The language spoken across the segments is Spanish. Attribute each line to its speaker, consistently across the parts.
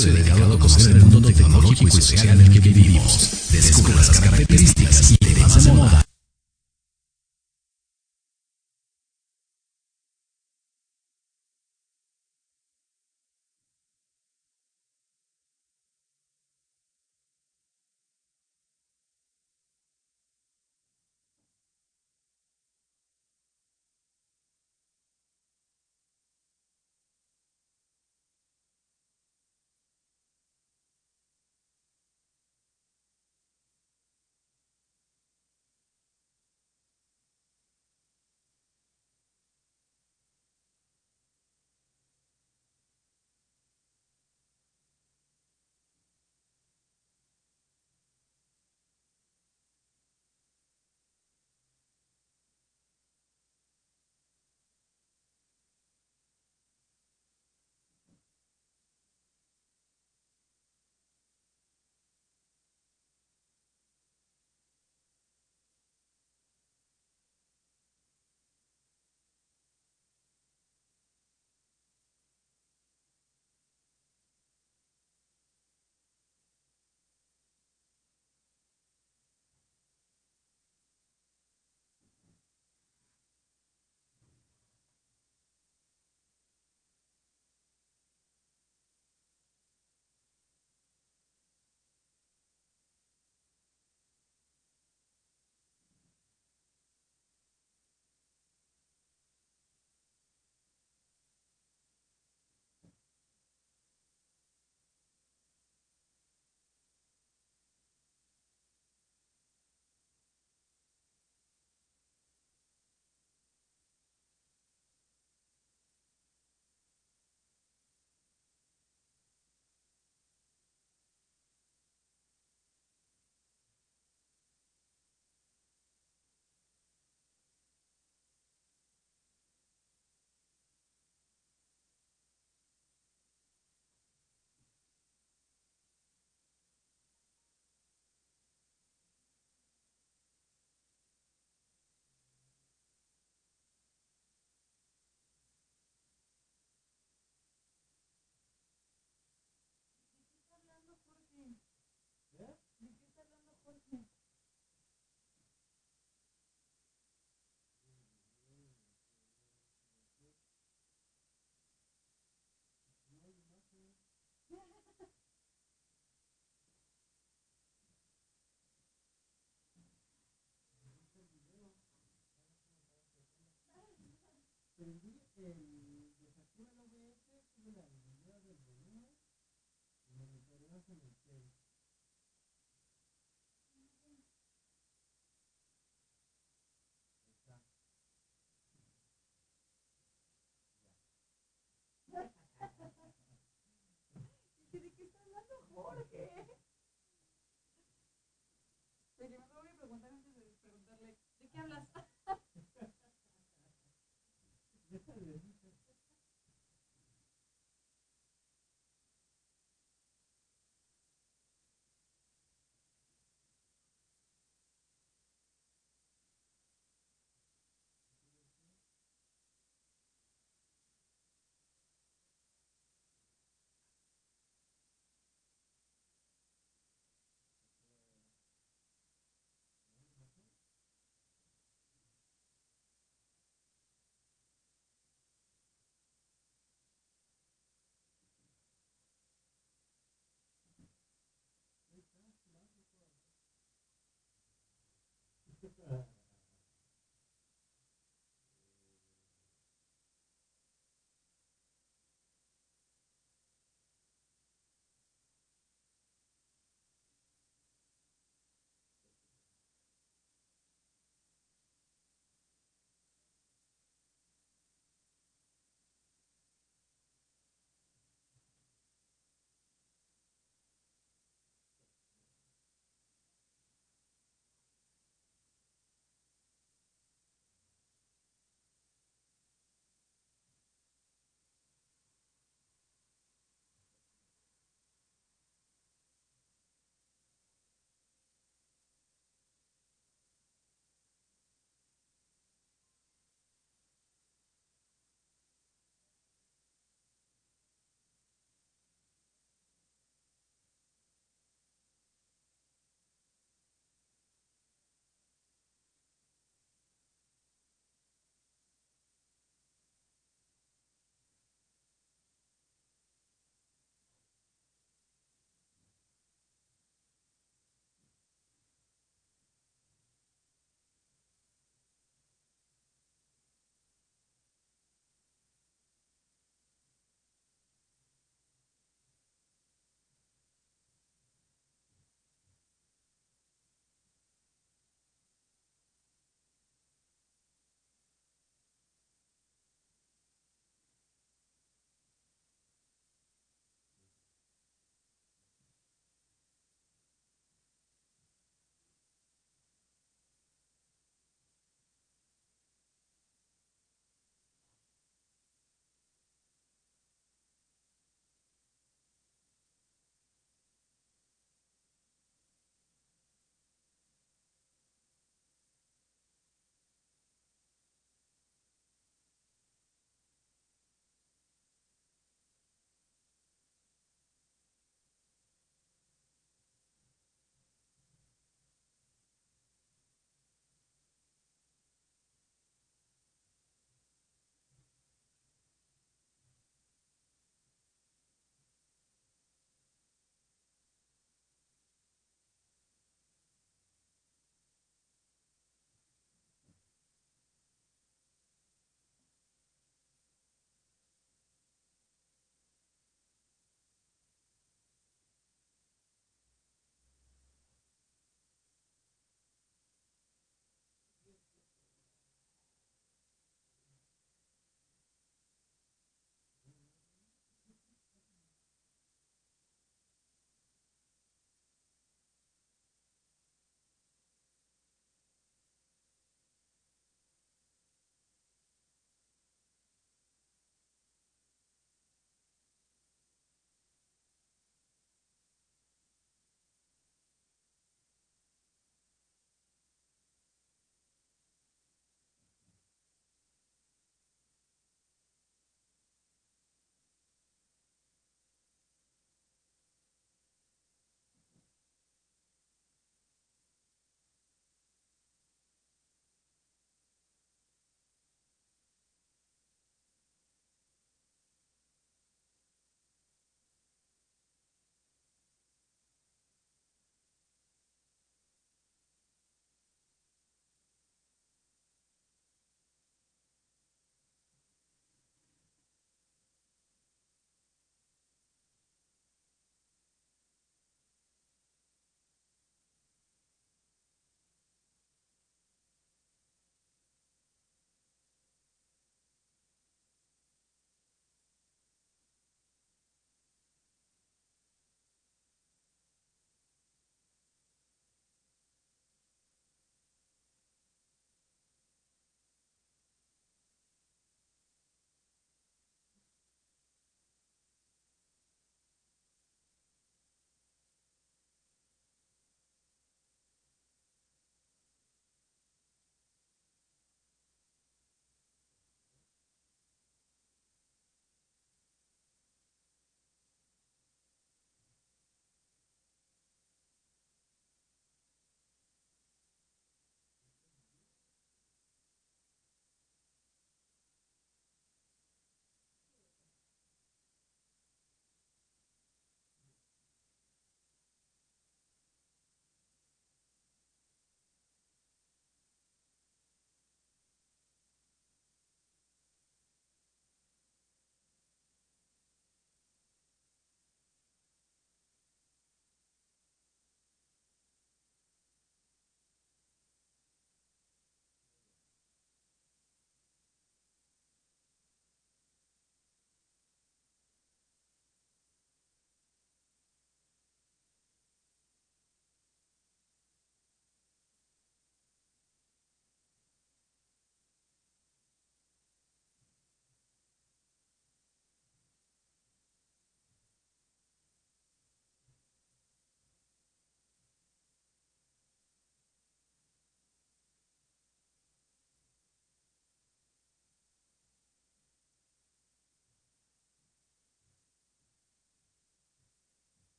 Speaker 1: espacio dedicado a conocer el mundo tecnológico y social en el que vivimos. Descubre las características y temas de moda.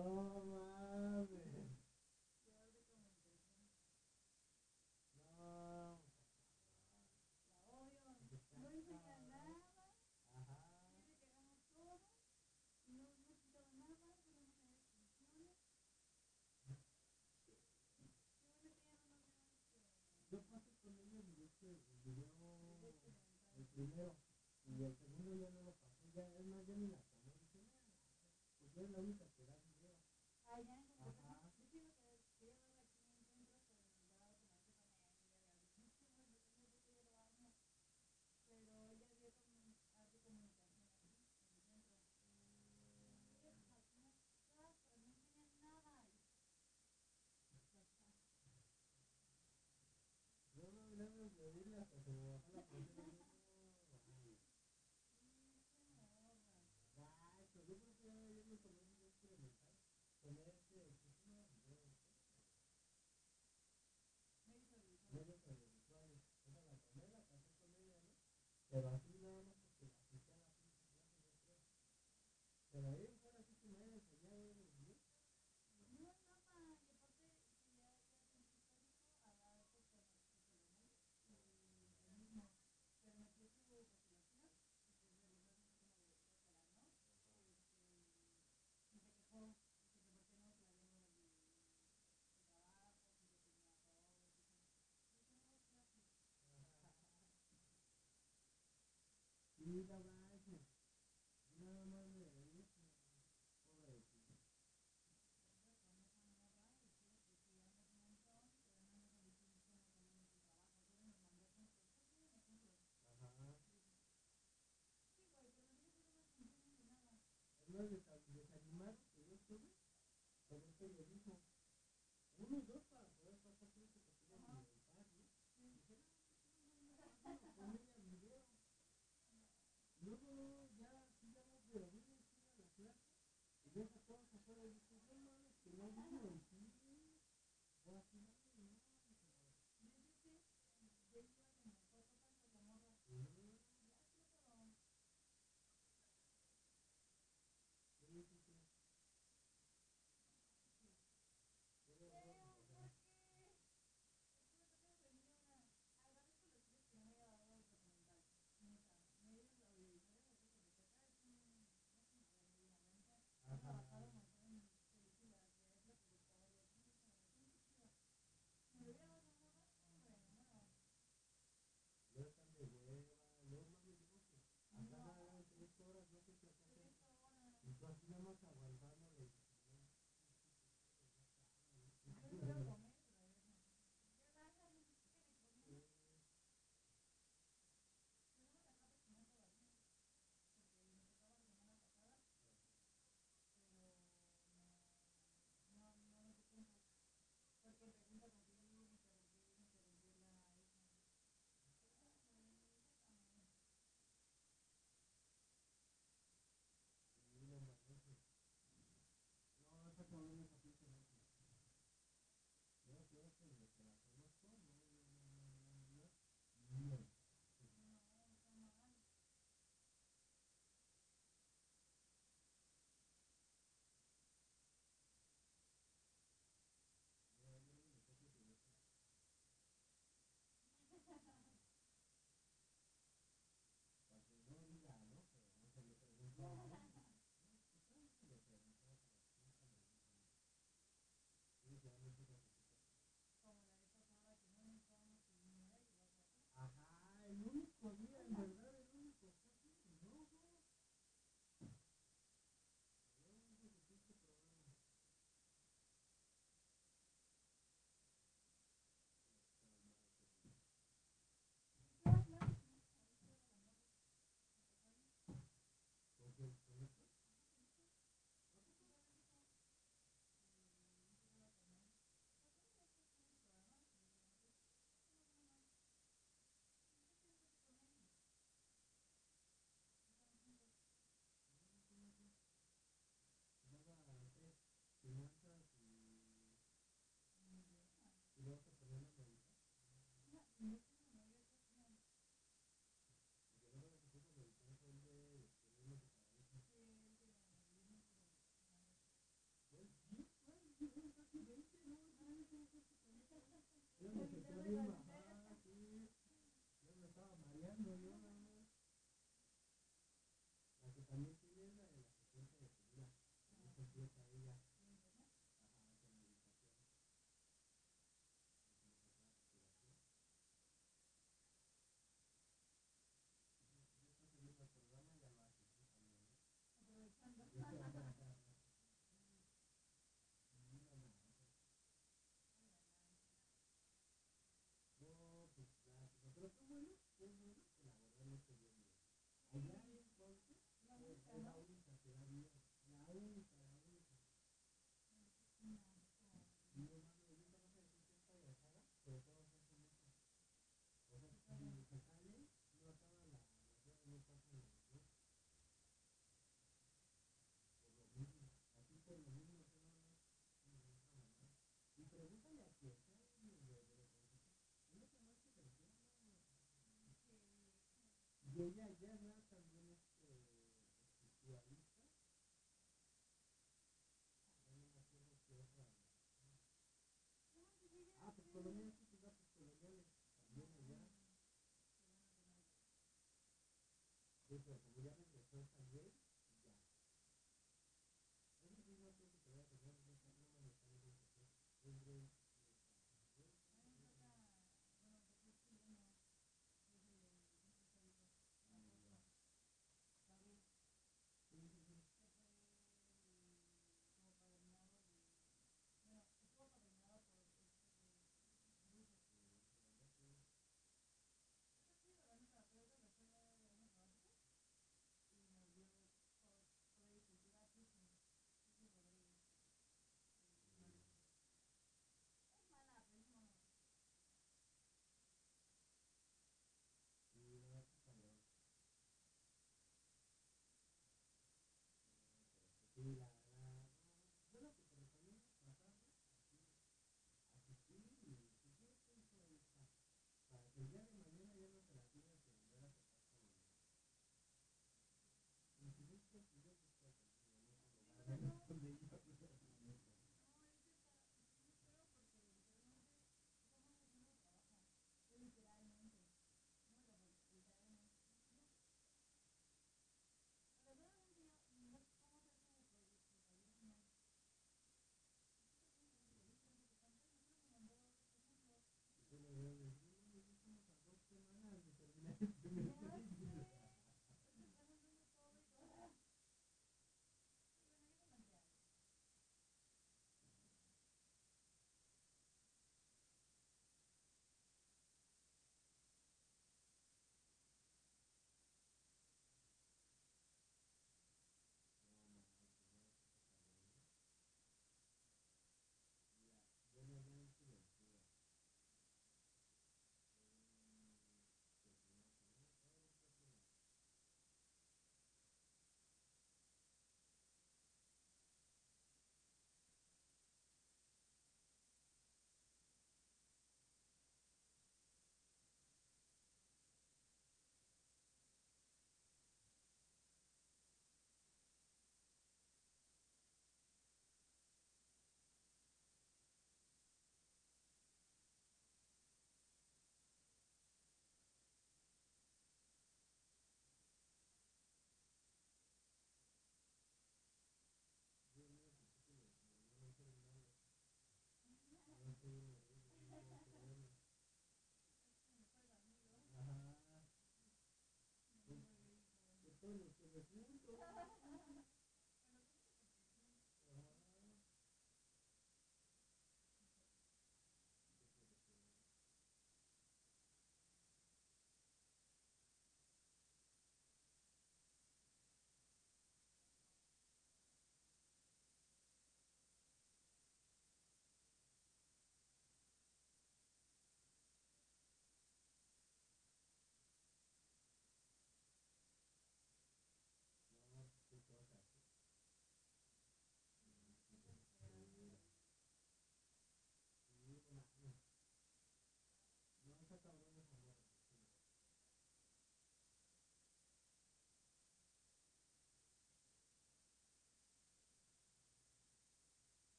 Speaker 2: No mames. No. Ajá. Yo pasé con ellos y es que el video, el primero, y el segundo ya no lo pasé, ya es más, ya ni la tomé, dije, "Nah, pues ya es la única que da video". Ajá. Yo no debes de oírle hasta se me bajó la presión y yo, no, ay, gacho, yo creo que ya deberíamos poner un experimental, poner ¿cómo se llama? Medios audiovisuales, esa la tomé, la pasé con ella, ¿no? Pero así nada más porque la apliqué a la pinche clase, yo creo. Pero ahí en fuera sí que me haya enseñado algo bien. Sí, la gacho. Nada más me dice, pobrecito. Ajá. Es más desanimados que yo estuve con este y el hijo. Uno y dos para poder pasar todo este capítulo en paz, ¿no? Dije, no, con ella video. Luego ya, sí, ya no, pero vine aquí a la clase y ves a todos afuera y dices, no mames, que no vino y sí, o así no, no, sí, sí, sí, ajá, luego están de hueva, luego mames, digo que acá nada eran 3 horas, no sé qué hacer, y tú así nada más aguantándole, ¿no? Sí, no mames. bien bajada, sí. Yo me estaba mareando, yo nada más. La que también tiene es la de la secuencia de figura. No completa ella. Ajá, con meditación. Yo estoy subiendo el programa y ya lo haces tú también, ¿no? No, pues gracias. Pero qué bueno que la verdad no se vio bien. Allá en Ponce, es la única que da bien. La única, la única. No mames, nunca vas a decir que está viajada, pero todos hacen eso. O sea, si se salen, no acaban las horas, no pasan los dos. Por lo mismo. Aquí por lo mismo, que nada más. No, mamá. Y pregúntale a quien sea de los consejitos. ¿Cómo se llama esta persona? Y ella ya es también espiritualista. Ya no me acuerdo qué otra. Ah, pues colonial, sí, sus datos coloniales. También allá. Sí, pero como ya regresó esta güey, ya. Eso sí, no creo que te vaya a tener, no manejar el proceso. Es de. Sí, sí, sí.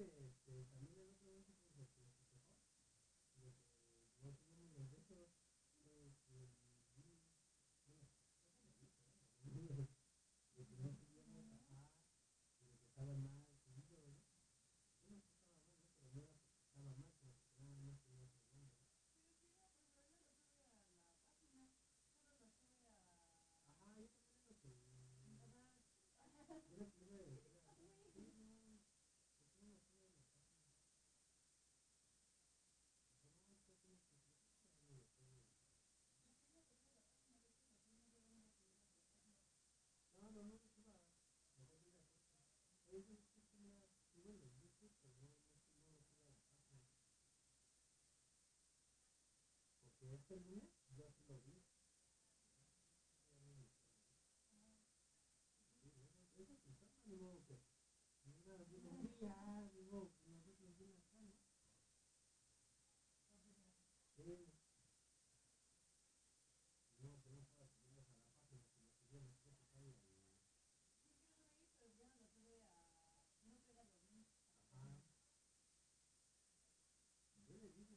Speaker 2: que también el otro día se quejó de que no teníamos los de esos, de que no podíamos bajar, de que estaba mal, seguido, ¿no? Uno sí estaba mal, ¿no? Pero no era porque estaba mal, sino porque nada más tenía problema, ¿no? Ajá, yo también es lo que... Yo lo que iba a decir a sí, no, ¿por qué no lo sube en la página? Dijo, no, es que tienes que subir, ya no lo sube. No, no, no lo suba, mejor dile a Jorge. Oye, es que mira, sube los YouTube, pero no, no lo sube a la página. Porque este lunes yo sí lo vi. Ya no me acuerdo. Sí, bueno, eso se llama, ni modo que... Mira, digo, ya, digo, nosotros bien acá, ¿no? Sí, no, que no estaba subiendo a la página, sino subía en Spotify y... Ajá, yo le dije,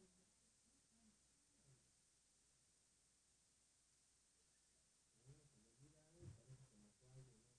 Speaker 2: bueno, se le olvida algo y parece que mató a alguien, ¿no?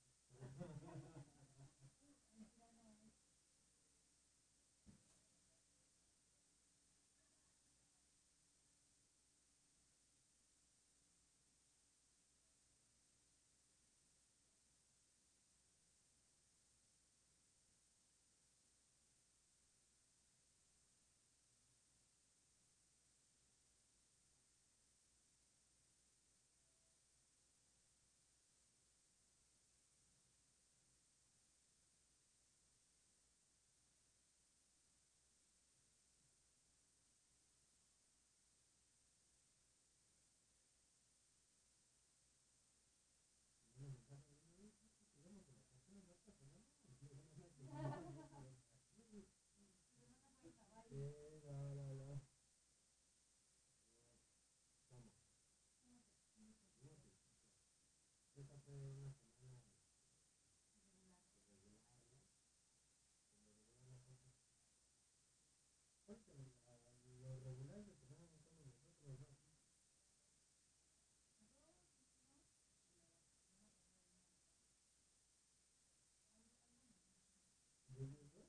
Speaker 2: Bueno, me estás hablando de eso, sigamos con las canciones, no pasa nada. Sí, no, no, no. Vamos, no, sí. Esta fue una semana regular, ¿no? Como regular las cosas. Porque lo regular es lo que nada más somos nosotros, ¿no? ¿De YouTube?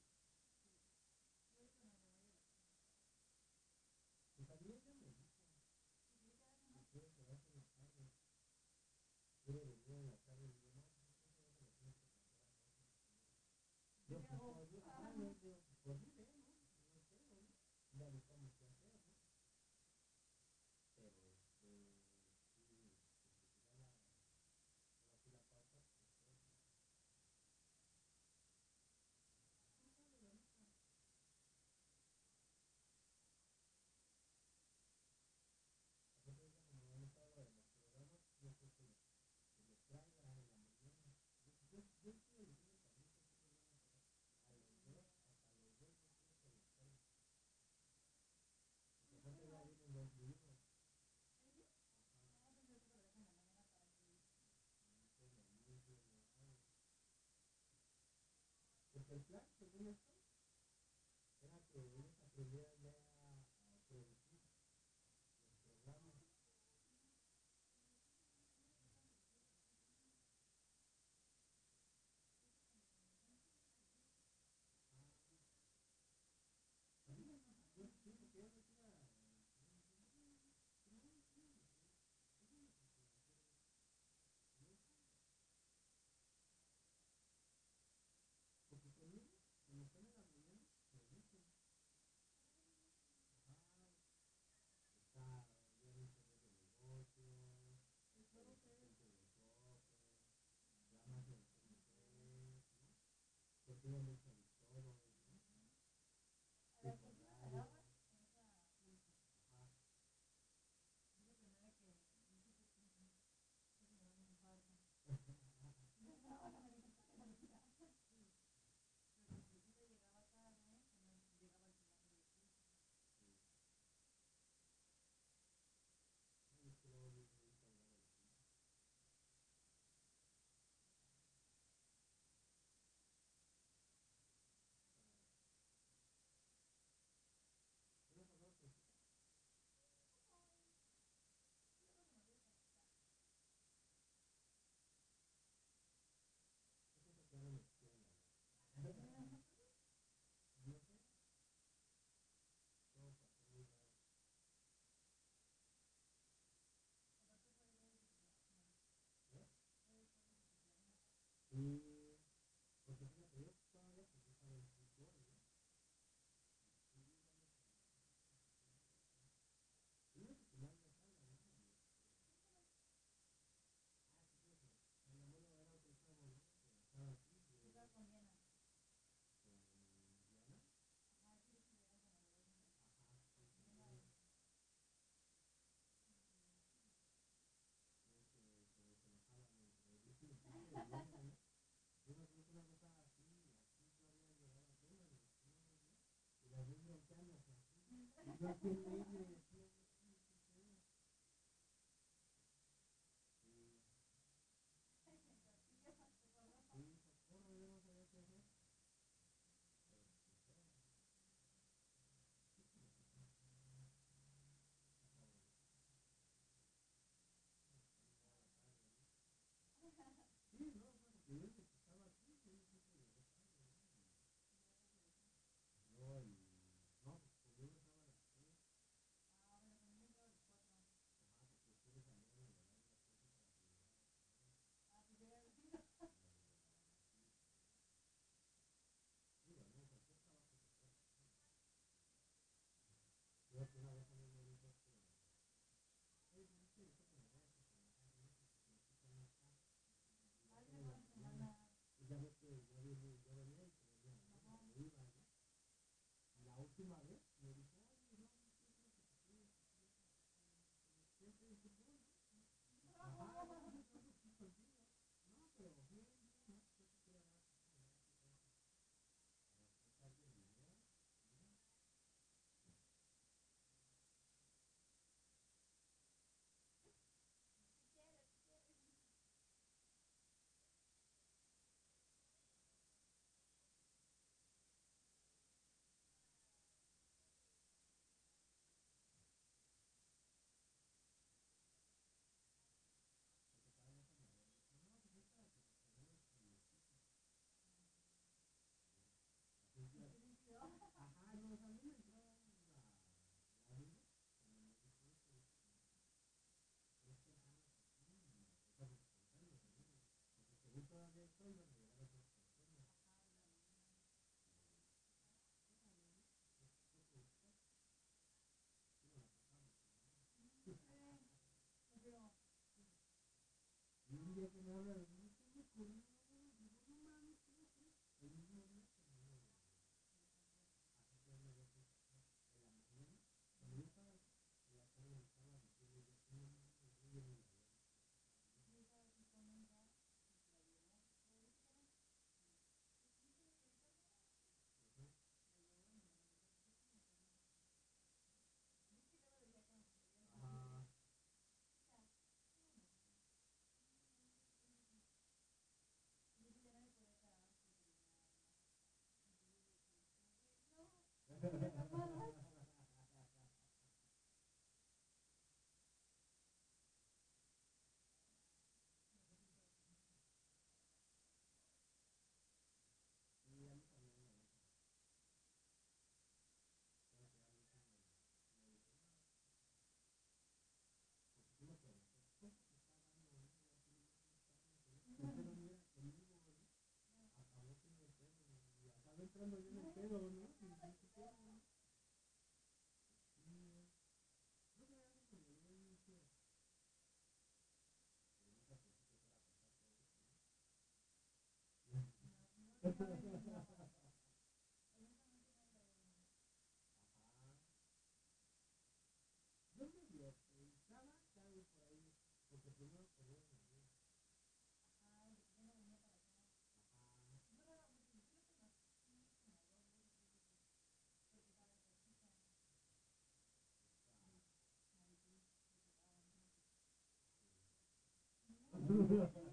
Speaker 2: Pues a mí ella me dijo que quiere quedarse en la tarde, quiere venir en la tarde, y digo, no, pues es que eso ya se lo tienes que plantear a Jorge. Yo, pues, yo, digo, pues dile, ¿no? No sé, ¿no? Ya buscamos qué hacer, ¿no? Pero, sí, si da la, ahora sí la pauta, pues, no sabe, la neta. Aparte, ella como han estado en los programas, yo creo que les traiga en la mañana. Yo estuve diciendo también que sí les van a sacar a los dos, hasta los dos, yo creo que les traigan. Porque aparte ya vienen los libros. Ajá, entonces lo mismo, ¿no? Porque el plan, según esto, era que ellos aprendieran ya a producir los programas. Ah, a mí, yo sí, porque yo decía, no, sí, sí, porque conmigo, cuando están en la mañana, me dicen, Yo aquí en medio decía, socorro, yo no sabía qué hacer. Sí, no, bueno, que yo estaba aquí, yo no sé si llegó tarde, ¿no? No, pues conmigo estaba a las 3, porque ustedes salían a llevar las cosas para que digo, no, cualquier trabajo se puede hacer. Yo que una vez también me dijo oye, pues es que yo que me voy a trabajar, ¿no? Porque me quitan más tarde. Y ya que en la mañana, y ya ves que yo venía y te venía, ¿no? Me iba, ¿no? Y la última vez me dijo, oye, no, no quiero que te quedes, siempre en fútbol, ¿no? Ajá, no, yo estoy aquí contigo. No, pero bien, ¿no? Yo te quiero dar, para sacar de dinero, ¿no? Porque todavía no se me había dicho, no, pues es para que te tenemos con el chico. Ajá, no, o sea, a mí me entró la duda cuando me dijo eso, tres personas aquí, o sea, porque contando también, porque según todavía estoy, van a llegar otras personas. Órale, ¿no? Pues, ¿qué te gustó? Sí, nos la pasamos, y un día que me habla de mí, ¿qué me ocurrió? Digo, no mames, ¿cómo crees? El mismo día terminó así que me dio de la mañana, cuando yo estaba en la tarde, me estaba diciendo yo, no mames, yo ya no la veo. Ajá. Ajá. Y a mí también me dijo, pero que a mí me dijo, no, porque sí me preguntó, ¿cómo se está dando eso? Así nomás no está dando con eso. Pero mira, conmigo, ¿no? Acabó siendo el pedo, y acabé entrando yo en el pedo, ¿no? Sin qué pedo, ¿no? Y no sé, algo que me dio inicio, pero nunca pensé que fuera a pasar todo eso, ¿no? Ajá. Yo medio pensaba que algo por ahí, porque primero corrieron a mí. Ajá. Esta,